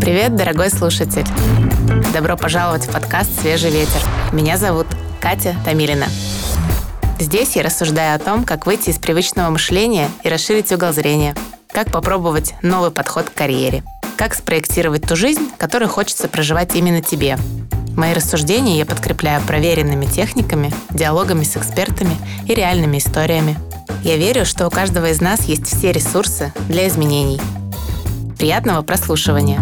Привет, дорогой слушатель! Добро пожаловать в подкаст «Свежий ветер». Меня зовут Катя Томилина. Здесь я рассуждаю о том, как выйти из привычного мышления и расширить угол зрения, как попробовать новый подход к карьере, как спроектировать ту жизнь, которую хочется проживать именно тебе. Мои рассуждения я подкрепляю проверенными техниками, диалогами с экспертами и реальными историями. Я верю, что у каждого из нас есть все ресурсы для изменений. Приятного прослушивания!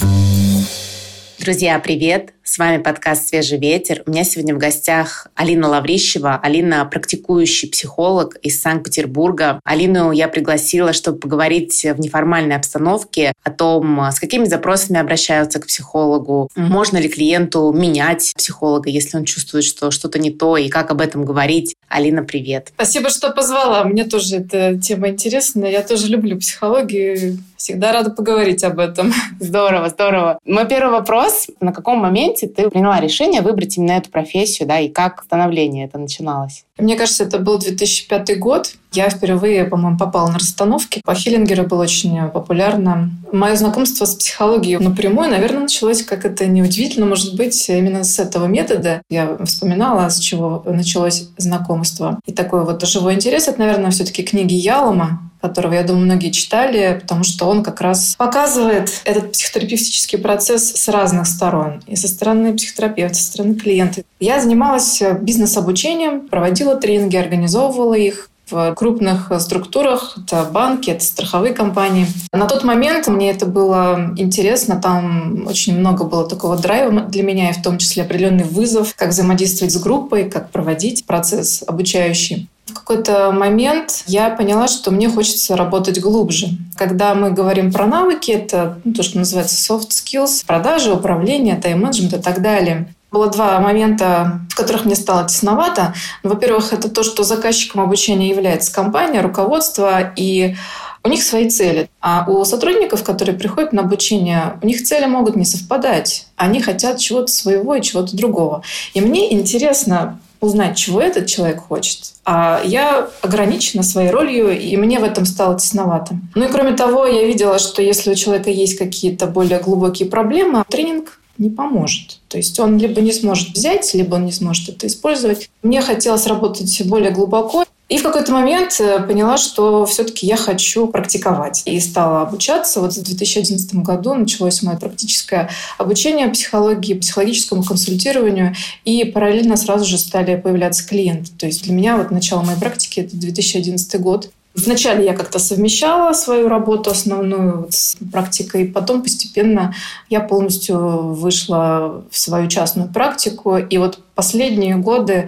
Друзья, привет! С вами подкаст «Свежий ветер». У меня сегодня в гостях Алина Лаврищева. Алина – практикующий психолог из Санкт-Петербурга. Алину я пригласила, чтобы поговорить в неформальной обстановке о том, с какими запросами обращаются к психологу, можно ли клиенту менять психолога, если он чувствует, что что-то не то, и как об этом говорить. Алина, привет! Спасибо, что позвала. Мне тоже эта тема интересна. Я тоже люблю психологию. Всегда рада поговорить об этом. Здорово, здорово. Мой первый вопрос. На каком моменте ты приняла решение выбрать именно эту профессию, да, и как становление это начиналось? Мне кажется, это был 2005 год. Я впервые, по-моему, попала на расстановки. По Хиллингеру было очень популярно. Мое знакомство с психологией напрямую, наверное, началось, как это неудивительно, может быть, именно с этого метода. Я вспоминала, с чего началось знакомство. И такой вот живой интерес — это, наверное, все-таки книги Ялома, которого, я думаю, многие читали, потому что он как раз показывает этот психотерапевтический процесс с разных сторон. И со стороны психотерапевта, со стороны клиента. Я занималась бизнес-обучением, проводила тренинги, организовывала их в крупных структурах. Это банки, это страховые компании. На тот момент мне это было интересно. Там очень много было такого драйва для меня, и в том числе определенный вызов, как взаимодействовать с группой, как проводить процесс обучающий. В какой-то момент я поняла, что мне хочется работать глубже. Когда мы говорим про навыки, это то, что называется soft skills, продажи, управление, тайм-менеджмент и так далее. Было два момента, в которых мне стало тесновато. Во-первых, это то, что заказчиком обучения является компания, руководство, и у них свои цели. А у сотрудников, которые приходят на обучение, у них цели могут не совпадать. Они хотят чего-то своего и чего-то другого. И мне интересно узнать, чего этот человек хочет. А я ограничена своей ролью, и мне в этом стало тесновато. Ну и кроме того, я видела, что если у человека есть какие-то более глубокие проблемы, тренинг не поможет. То есть он либо не сможет взять, либо он не сможет это использовать. Мне хотелось работать более глубоко. И в какой-то момент поняла, что все-таки я хочу практиковать. И стала обучаться. Вот в 2011 году началось мое практическое обучение психологии, психологическому консультированию. И параллельно сразу же стали появляться клиенты. То есть для меня вот начало моей практики — это 2011 год. Вначале я как-то совмещала свою работу основную с практикой, потом постепенно я полностью вышла в свою частную практику. И вот последние годы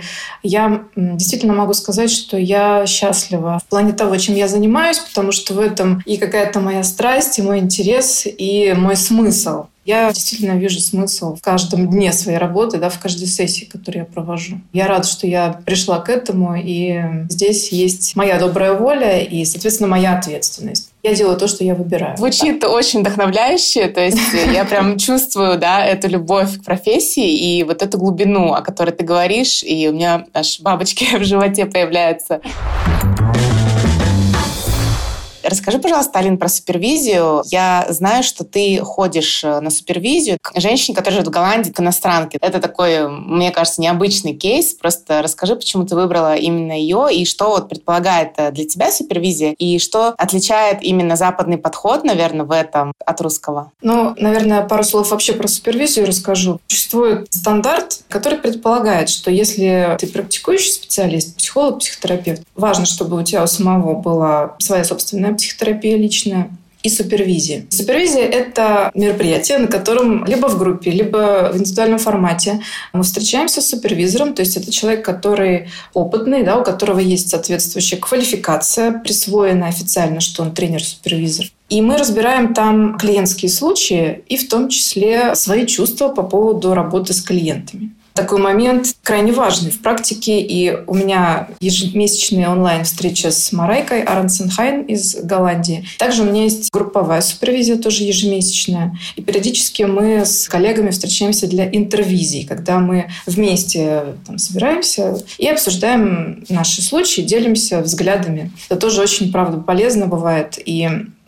я действительно могу сказать, что я счастлива в плане того, чем я занимаюсь, потому что в этом и какая-то моя страсть, и мой интерес, и мой смысл. Я действительно вижу смысл в каждом дне своей работы, в каждой сессии, которую я провожу. Я рада, что я пришла к этому, и здесь есть моя добрая воля и, соответственно, моя ответственность. Я делаю то, что я выбираю. Звучит очень вдохновляюще, то есть я прям чувствую, эту любовь к профессии и вот эту глубину, о которой ты говоришь, и у меня аж бабочки в животе появляются. Расскажи, пожалуйста, Алин, про супервизию. Я знаю, что ты ходишь на супервизию к женщине, которая живет в Голландии, к иностранке. Это такой, мне кажется, необычный кейс. Просто расскажи, почему ты выбрала именно ее, и что вот предполагает для тебя супервизия, и что отличает именно западный подход, наверное, в этом от русского? Наверное, пару слов вообще про супервизию расскажу. Существует стандарт, который предполагает, что если ты практикующий специалист, психолог, психотерапевт, важно, чтобы у тебя у самого была своя собственная психотерапия личная и супервизия. Супервизия — это мероприятие, на котором либо в группе, либо в индивидуальном формате мы встречаемся с супервизором, то есть это человек, который опытный, у которого есть соответствующая квалификация, присвоена официально, что он тренер-супервизор. И мы разбираем там клиентские случаи и в том числе свои чувства по поводу работы с клиентами. Такой момент крайне важный в практике, и у меня ежемесячная онлайн-встреча с Марайкой Арансенхайн из Голландии. Также у меня есть групповая супервизия, тоже ежемесячная. И периодически мы с коллегами встречаемся для интервизий, когда мы вместе собираемся и обсуждаем наши случаи, делимся взглядами. Это тоже очень, правда, полезно бывает. И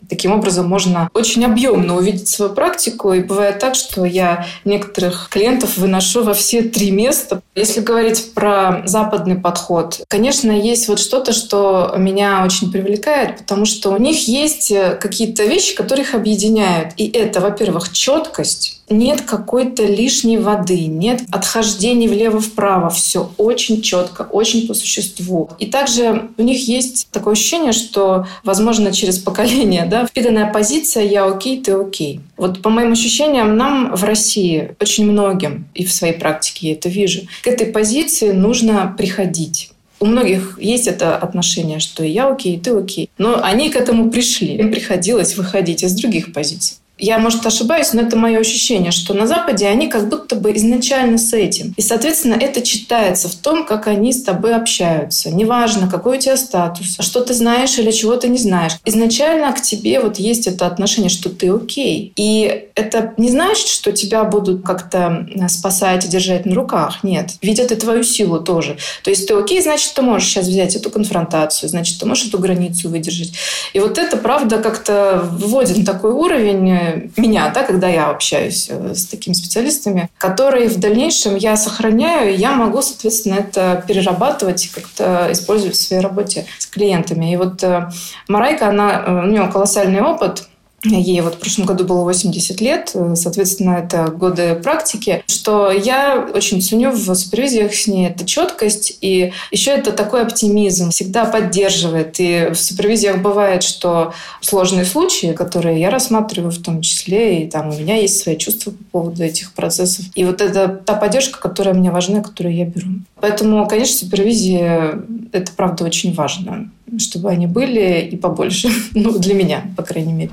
Таким образом, можно очень объемно увидеть свою практику. И бывает так, что я некоторых клиентов выношу во все 3 места. Если говорить про западный подход, конечно, есть вот что-то, что меня очень привлекает, потому что у них есть какие-то вещи, которые их объединяют. И это, во-первых, четкость. Нет какой-то лишней воды, нет отхождений влево-вправо. Все очень четко, очень по существу. И также у них есть такое ощущение, что, возможно, через поколение, впитанная позиция «я окей, ты окей». Вот по моим ощущениям, нам в России, очень многим, и в своей практике я это вижу, к этой позиции нужно приходить. У многих есть это отношение, что я окей, ты окей. Но они к этому пришли. Им приходилось выходить из других позиций. Я, может, ошибаюсь, но это мое ощущение, что на Западе они как будто бы изначально с этим. И, соответственно, это читается в том, как они с тобой общаются. Неважно, какой у тебя статус, что ты знаешь или чего ты не знаешь. Изначально к тебе вот есть это отношение, что ты окей. И это не значит, что тебя будут как-то спасать и держать на руках. Нет. Видят и твою силу тоже. То есть ты окей, значит, ты можешь сейчас взять эту конфронтацию, значит, ты можешь эту границу выдержать. И вот это, правда, как-то выводит на такой уровень меня, когда я общаюсь с такими специалистами, которые в дальнейшем я сохраняю, и я могу, соответственно, это перерабатывать и как-то использовать в своей работе с клиентами. И вот Марайка, у нее колоссальный опыт. Ей в прошлом году было 80 лет, соответственно, это годы практики, что я очень ценю в супервизиях с ней. Это четкость, и еще это такой оптимизм, всегда поддерживает. И в супервизиях бывает, что сложные случаи, которые я рассматриваю в том числе, и там у меня есть свои чувства по поводу этих процессов. И вот это та поддержка, которая мне важна, которую я беру. Поэтому, конечно, супервизии – это, правда, очень важно, чтобы они были и побольше. Для меня, по крайней мере.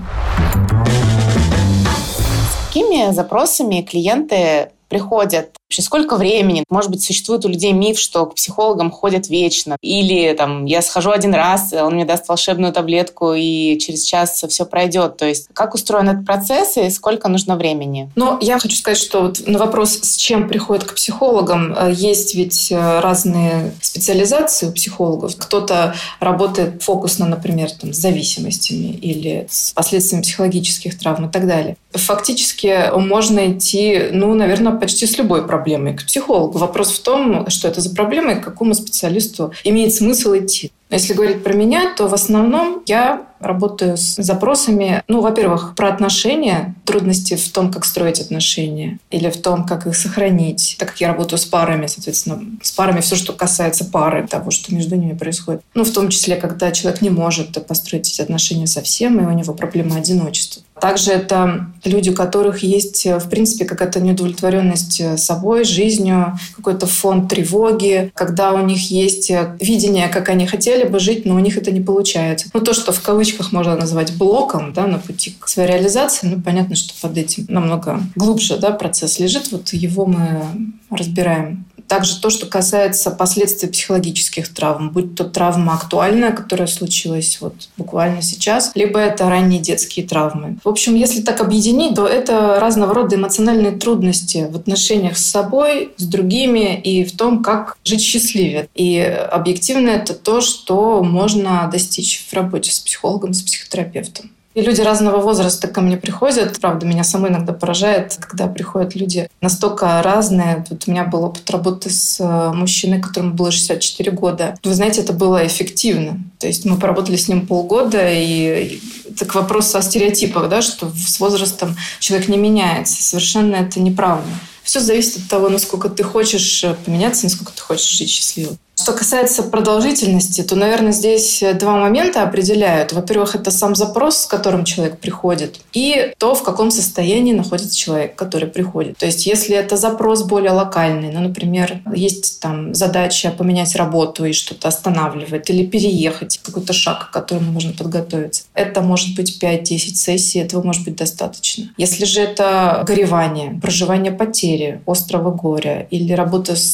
С какими запросами клиенты приходят? Вообще, сколько времени? Может быть, существует у людей миф, что к психологам ходят вечно. Или я схожу один раз, он мне даст волшебную таблетку, и через час все пройдет. То есть как устроен этот процесс и сколько нужно времени? Я хочу сказать, что на вопрос, с чем приходят к психологам, есть ведь разные специализации у психологов. Кто-то работает фокусно, например, с зависимостями или с последствиями психологических травм и так далее. Фактически можно идти, наверное, почти с любой проблемой к психологу. Вопрос в том, что это за проблема и к какому специалисту имеет смысл идти. Если говорить про меня, то в основном я работаю с запросами, во-первых, про отношения, трудности в том, как строить отношения, или в том, как их сохранить. Так как я работаю с парами, соответственно, с парами все, что касается пары, того, что между ними происходит. В том числе, когда человек не может построить эти отношения совсем, и у него проблема одиночества. Также это люди, у которых есть, в принципе, какая-то неудовлетворенность собой, жизнью, какой-то фон тревоги, когда у них есть видение, как они хотели бы жить, но у них это не получается. То, что в кавычках можно назвать блоком, на пути к своей реализации, понятно, что под этим намного глубже, процесс лежит. Его мы разбираем. Также то, что касается последствий психологических травм, будь то травма актуальная, которая случилась буквально сейчас, либо это ранние детские травмы. В общем, если так объединить, то это разного рода эмоциональные трудности в отношениях с собой, с другими и в том, как жить счастливее. И объективно это то, что можно достичь в работе с психологом, с психотерапевтом. И люди разного возраста ко мне приходят. Правда, меня самой иногда поражает, когда приходят люди настолько разные. У меня был опыт работы с мужчиной, которому было 64 года. Вы знаете, это было эффективно. То есть мы поработали с ним полгода, и это к вопросу о стереотипах, что с возрастом человек не меняется. Совершенно это неправда. Все зависит от того, насколько ты хочешь поменяться, насколько ты хочешь жить счастливо. Что касается продолжительности, то, наверное, здесь 2 момента определяют. Во-первых, это сам запрос, с которым человек приходит, и то, в каком состоянии находится человек, который приходит. То есть, если это запрос более локальный, например, есть задача поменять работу и что-то останавливает, или переехать, какой-то шаг, к которому нужно подготовиться. Это может быть 5-10 сессий, этого может быть достаточно. Если же это горевание, проживание потери, острого горя или работа с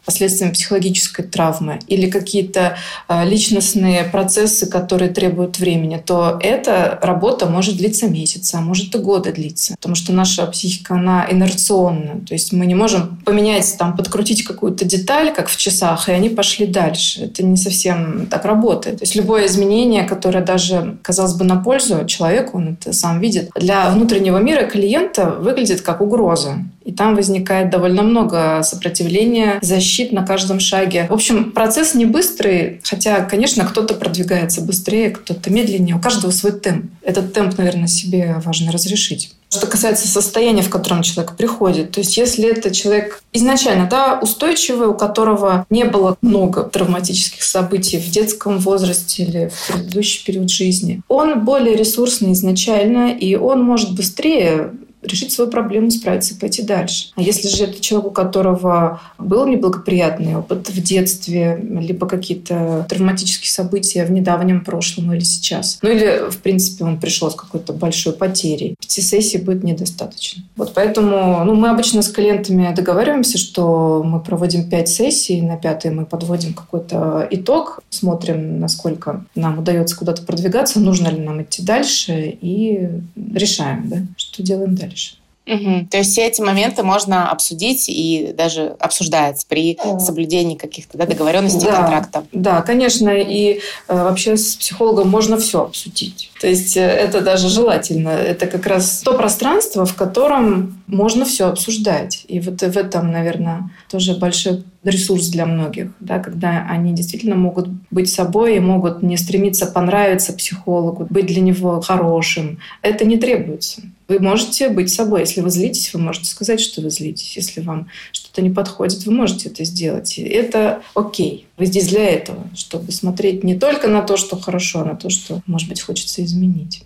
последствиями психологической травмы или какие-то личностные процессы, которые требуют времени, то эта работа может длиться месяцы, а может и годы длиться. Потому что наша психика, она инерционна. То есть мы не можем поменять, подкрутить какую-то деталь, как в часах, и они пошли дальше. Это не совсем так работает. То есть любое изменение, которое даже, казалось бы, на пользу человеку, он это сам видит, для внутреннего мира клиента выглядит как угроза. И там возникает довольно много сопротивления, защит на каждом шаге. В общем, процесс не быстрый, хотя, конечно, кто-то продвигается быстрее, кто-то медленнее. У каждого свой темп. Этот темп, наверное, себе важно разрешить. Что касается состояния, в котором человек приходит, то есть если это человек изначально устойчивый, у которого не было много травматических событий в детском возрасте или в предыдущий период жизни, он более ресурсный изначально, и он может быстрее решить свою проблему, справиться и пойти дальше. А если же это человек, у которого был неблагоприятный опыт в детстве, либо какие-то травматические события в недавнем прошлом или сейчас, или, в принципе, он пришел с какой-то большой потерей, 5 сессий будет недостаточно. Поэтому мы обычно с клиентами договариваемся, что мы проводим 5 сессий, на 5-й мы подводим какой-то итог, смотрим, насколько нам удается куда-то продвигаться, нужно ли нам идти дальше, и решаем, что делаем дальше. Угу. То есть все эти моменты можно обсудить и даже обсуждается при соблюдении каких-то договоренностей, контракта. Да, конечно. И вообще с психологом можно все обсудить. То есть это даже желательно. Это как раз то пространство, в котором можно все обсуждать. И в этом, наверное, тоже большой ресурс для многих, когда они действительно могут быть собой и могут не стремиться понравиться психологу, быть для него хорошим. Это не требуется. Вы можете быть собой. Если вы злитесь, вы можете сказать, что вы злитесь. Если вам что-то не подходит, вы можете это сделать. И это окей. Вы здесь для этого, чтобы смотреть не только на то, что хорошо, а на то, что, может быть, хочется изменить.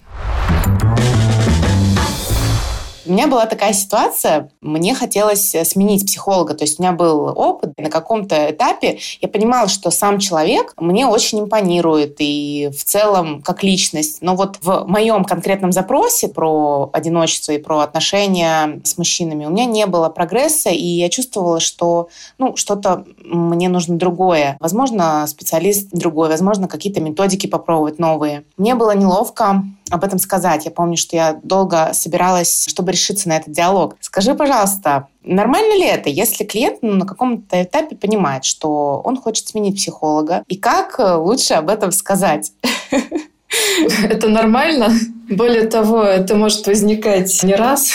У меня была такая ситуация, мне хотелось сменить психолога, то есть у меня был опыт, на каком-то этапе я понимала, что сам человек мне очень импонирует и в целом как личность, но в моем конкретном запросе про одиночество и про отношения с мужчинами у меня не было прогресса, и я чувствовала, что что-то мне нужно другое, возможно, специалист другой, возможно, какие-то методики попробовать новые. Мне было неловко об этом сказать. Я помню, что я долго собиралась, чтобы решиться на этот диалог. Скажи, пожалуйста, нормально ли это, если клиент на каком-то этапе понимает, что он хочет сменить психолога, и как лучше об этом сказать? Это нормально. Более того, это может возникать не раз.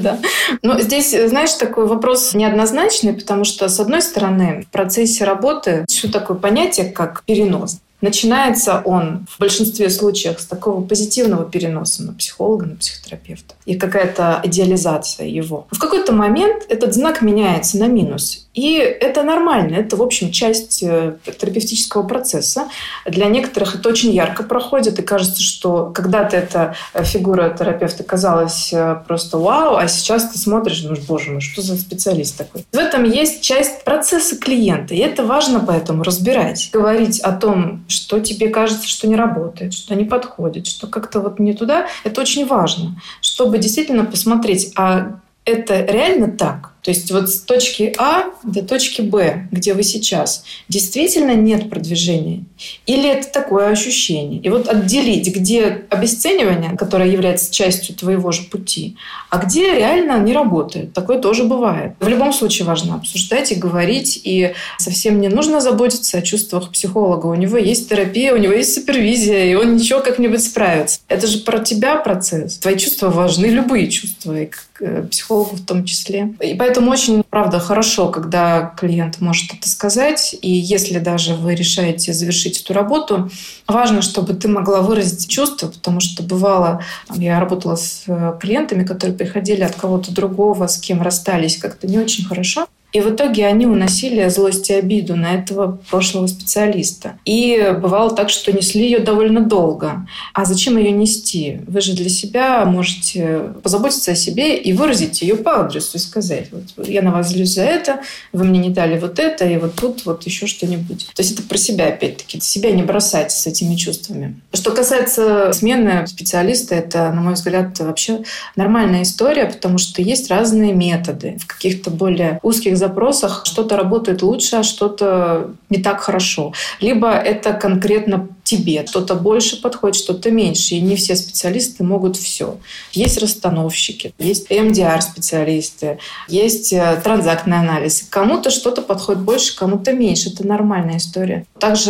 Но здесь, знаешь, такой вопрос неоднозначный, потому что, с одной стороны, в процессе работы что такое понятие, как перенос. Начинается он в большинстве случаев с такого позитивного переноса на психолога, на психотерапевта. И какая-то идеализация его. В какой-то момент этот знак меняется на минус. И это нормально. Это, в общем, часть терапевтического процесса. Для некоторых это очень ярко проходит. И кажется, что когда-то эта фигура терапевта казалась просто вау, а сейчас ты смотришь и думаешь, боже мой, что за специалист такой? В этом есть часть процесса клиента. И это важно поэтому разбирать. Говорить о том, что тебе кажется, что не работает, что не подходит, что как-то не туда. Это очень важно, чтобы действительно посмотреть, а это реально так? То есть с точки А до точки Б, где вы сейчас, действительно нет продвижения? Или это такое ощущение? И отделить, где обесценивание, которое является частью твоего же пути, а где реально не работает. Такое тоже бывает. В любом случае важно обсуждать и говорить, и совсем не нужно заботиться о чувствах психолога. У него есть терапия, у него есть супервизия, и он ничего как-нибудь справится. Это же про тебя процесс. Твои чувства важны, любые чувства, и к психологу в том числе. И поэтому очень, правда, хорошо, когда клиент может это сказать. И если даже вы решаете завершить эту работу, важно, чтобы ты могла выразить чувства, потому что бывало, я работала с клиентами, которые приходили от кого-то другого, с кем расстались как-то не очень хорошо. И в итоге они уносили злость и обиду на этого прошлого специалиста. И бывало так, что несли ее довольно долго. А зачем ее нести? Вы же для себя можете позаботиться о себе и выразить ее по адресу и сказать: я на вас злюсь за это, вы мне не дали это, и тут еще что-нибудь. То есть это про себя, опять-таки. Себя не бросать с этими чувствами. Что касается смены специалиста, это, на мой взгляд, вообще нормальная история, потому что есть разные методы. В каких-то более узких запросах что-то работает лучше, а что-то не так хорошо. Либо это конкретно тебе. Что-то больше подходит, что-то меньше. И не все специалисты могут все. Есть расстановщики, есть EMDR-специалисты, есть транзактный анализ. Кому-то что-то подходит больше, кому-то меньше. Это нормальная история. Также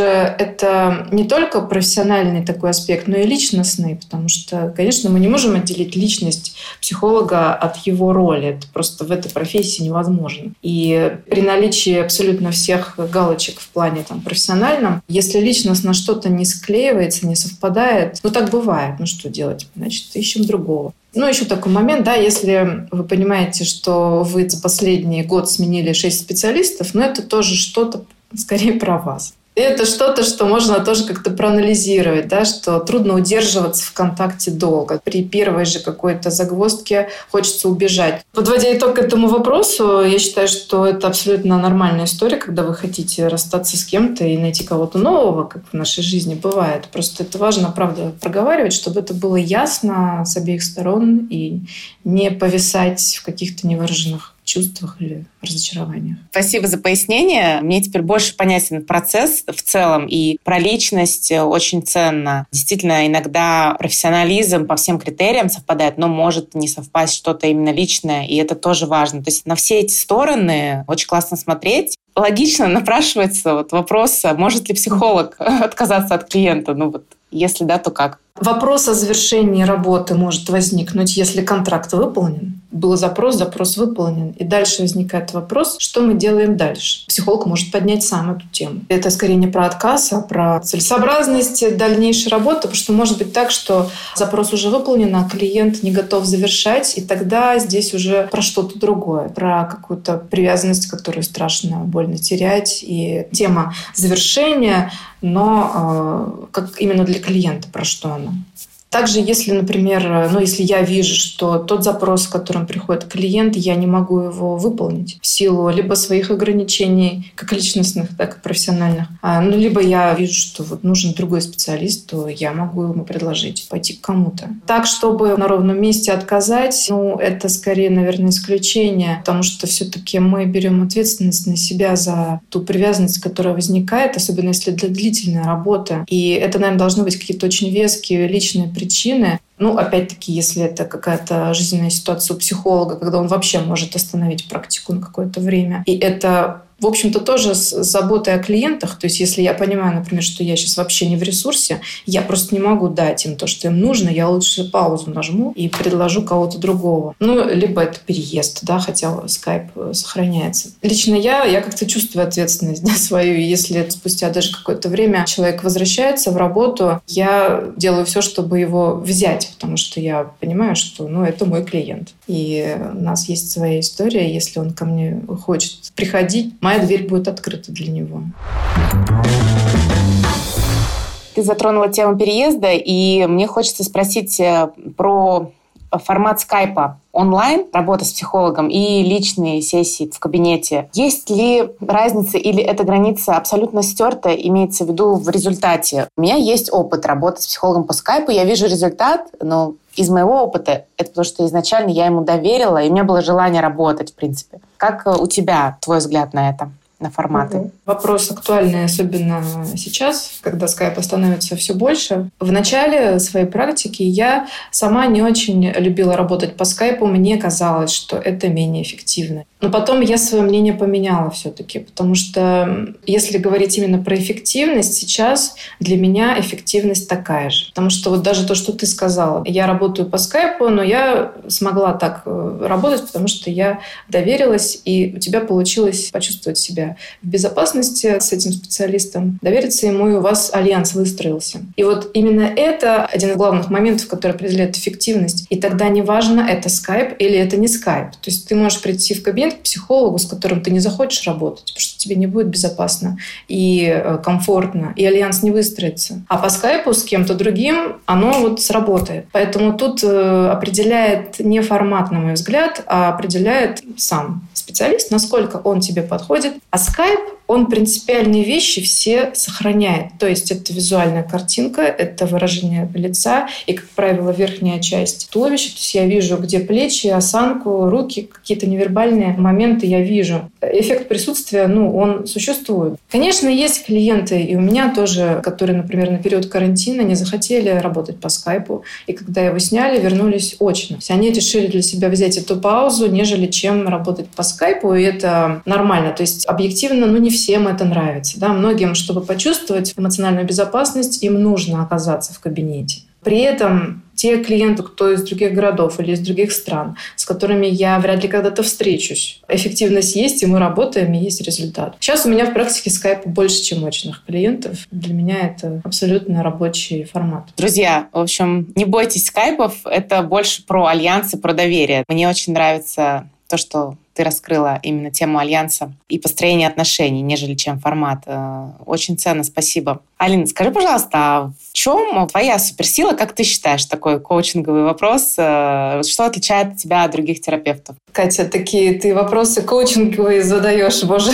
это не только профессиональный такой аспект, но и личностный, потому что, конечно, мы не можем отделить личность психолога от его роли. Это просто в этой профессии невозможно. И при наличии абсолютно всех галочек в плане профессиональном, если личностно что-то не склеивается, не совпадает, так бывает. Что делать? Значит, ищем другого. Еще такой момент, если вы понимаете, что вы за последний год сменили 6 специалистов, это тоже что-то скорее про вас. И это что-то, что можно тоже как-то проанализировать, что трудно удерживаться в контакте долго. При первой же какой-то загвоздке хочется убежать. Подводя итог к этому вопросу, я считаю, что это абсолютно нормальная история, когда вы хотите расстаться с кем-то и найти кого-то нового, как в нашей жизни бывает. Просто это важно, правда, проговаривать, чтобы это было ясно с обеих сторон и не повисать в каких-то невыраженных чувствах или разочарованиях. Спасибо за пояснение. Мне теперь больше понятен процесс в целом, и про личность очень ценно. Действительно, иногда профессионализм по всем критериям совпадает, но может не совпасть что-то именно личное, и это тоже важно. То есть на все эти стороны очень классно смотреть. Логично напрашивается вопрос, может ли психолог отказаться от клиента? Если да, то как? Вопрос о завершении работы может возникнуть, если контракт выполнен. Был запрос выполнен. И дальше возникает вопрос, что мы делаем дальше. Психолог может поднять сам эту тему. Это скорее не про отказ, а про целесообразность дальнейшей работы, потому что может быть так, что запрос уже выполнен, а клиент не готов завершать, и тогда здесь уже про что-то другое, про какую-то привязанность, которую страшно, больно терять. И тема завершения, но как именно для клиента, про что она. Также, если, например, если я вижу, что тот запрос, с которым приходит клиент, я не могу его выполнить в силу либо своих ограничений, как личностных, так и профессиональных, либо я вижу, что нужен другой специалист, то я могу ему предложить пойти к кому-то. Так, чтобы на ровном месте отказать, это скорее, наверное, исключение, потому что все-таки мы берем ответственность на себя за ту привязанность, которая возникает, особенно если для длительной работы. И это, наверное, должны быть какие-то очень веские личные причины. Опять-таки, если это какая-то жизненная ситуация у психолога, когда он вообще может остановить практику на какое-то время. И это, в общем-то, тоже с заботой о клиентах. То есть если я понимаю, например, что я сейчас вообще не в ресурсе, я просто не могу дать им то, что им нужно, я лучше паузу нажму и предложу кого-то другого. Либо это переезд, хотя скайп сохраняется. Лично я как-то чувствую ответственность свою. И если спустя даже какое-то время человек возвращается в работу, я делаю все, чтобы его взять, потому что я понимаю, что это мой клиент. И у нас есть своя история. Если он ко мне хочет приходить, моя дверь будет открыта для него. Ты затронула тему переезда, и мне хочется спросить про формат скайпа. Онлайн, работа с психологом и личные сессии в кабинете. Есть ли разница или эта граница абсолютно стерта, имеется в виду в результате? У меня есть опыт работы с психологом по скайпу, я вижу результат, но из моего опыта это потому, что изначально я ему доверила, и у меня было желание работать, в принципе. Как у тебя твой взгляд на это? На форматы. Вопрос актуальный, особенно сейчас, когда скайпа становится все больше. В начале своей практики я сама не очень любила работать по скайпу. Мне казалось, что это менее эффективно. Но потом я свое мнение поменяла все-таки, потому что если говорить именно про эффективность, сейчас для меня эффективность такая же. Потому что даже то, что ты сказала, я работаю по скайпу, но я смогла так работать, потому что я доверилась, и у тебя получилось почувствовать себя в безопасности с этим специалистом, довериться ему, и у вас альянс выстроился. И именно это один из главных моментов, который определяет эффективность. И тогда неважно, это скайп или это не скайп. То есть ты можешь прийти в кабинет к психологу, с которым ты не захочешь работать, потому что тебе не будет безопасно и комфортно, и альянс не выстроится. А по скайпу с кем-то другим оно сработает. Поэтому тут определяет не формат, на мой взгляд, а определяет сам специалист, насколько он тебе подходит. А скайп он принципиальные вещи все сохраняет. То есть это визуальная картинка, это выражение лица и, как правило, верхняя часть туловища. То есть я вижу, где плечи, осанку, руки, какие-то невербальные моменты я вижу. Эффект присутствия, он существует. Конечно, есть клиенты, и у меня тоже, которые, например, на период карантина не захотели работать по скайпу, и когда его сняли, вернулись очно. То есть они решили для себя взять эту паузу, нежели чем работать по скайпу, и это нормально. То есть объективно, не всем это нравится. Да? Многим, чтобы почувствовать эмоциональную безопасность, им нужно оказаться в кабинете. При этом те клиенты, кто из других городов или из других стран, с которыми я вряд ли когда-то встречусь, эффективность есть, и мы работаем, и есть результат. Сейчас у меня в практике скайпа больше, чем очных клиентов. Для меня это абсолютно рабочий формат. Друзья, в общем, не бойтесь скайпов, это больше про альянсы, про доверие. Мне очень нравится то, что ты раскрыла именно тему альянса и построения отношений, нежели чем формат. Очень ценно, спасибо. Алина, скажи, пожалуйста, а в чем твоя суперсила, как ты считаешь, такой коучинговый вопрос? Что отличает тебя от других терапевтов? Катя, такие ты вопросы коучинговые задаешь, боже.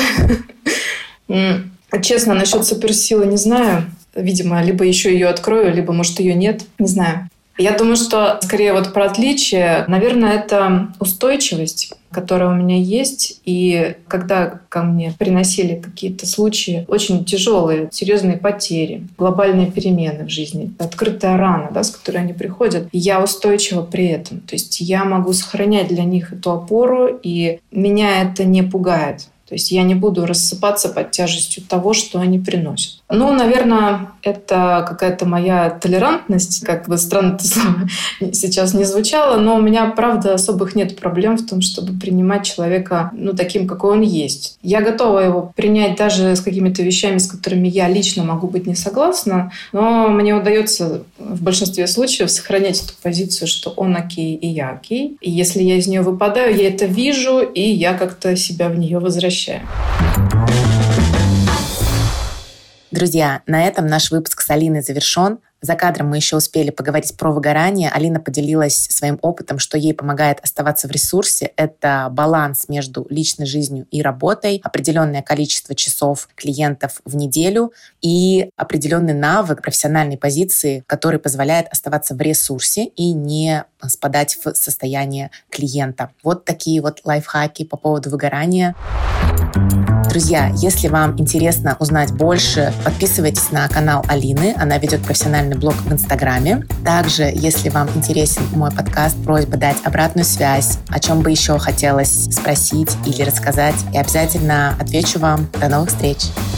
Честно, насчет суперсилы не знаю. Видимо, либо еще ее открою, либо, может, ее нет. Не знаю. Я думаю, что скорее про отличие, наверное, это устойчивость, которая у меня есть. И когда ко мне приносили какие-то случаи очень тяжелые, серьезные потери, глобальные перемены в жизни, открытая рана, с которой они приходят, я устойчива при этом. То есть я могу сохранять для них эту опору, и меня это не пугает. То есть я не буду рассыпаться под тяжестью того, что они приносят. Наверное, это какая-то моя толерантность, как бы странно это слово сейчас не звучало, но у меня, правда, особых нет проблем в том, чтобы принимать человека таким, какой он есть. Я готова его принять даже с какими-то вещами, с которыми я лично могу быть не согласна, но мне удается в большинстве случаев сохранять эту позицию, что он окей и я окей. И если я из нее выпадаю, я это вижу, и я как-то себя в нее возвращаю. Друзья, на этом наш выпуск с Алиной завершен. За кадром мы еще успели поговорить про выгорание. Алина поделилась своим опытом, что ей помогает оставаться в ресурсе. Это баланс между личной жизнью и работой, определенное количество часов клиентов в неделю и определенный навык профессиональной позиции, который позволяет оставаться в ресурсе и не спадать в состояние клиента. Вот такие лайфхаки по поводу выгорания. Друзья, если вам интересно узнать больше, подписывайтесь на канал Алины. Она ведет профессиональный блог в Инстаграме. Также, если вам интересен мой подкаст, просьба дать обратную связь, о чем бы еще хотелось спросить или рассказать. И обязательно отвечу вам. До новых встреч!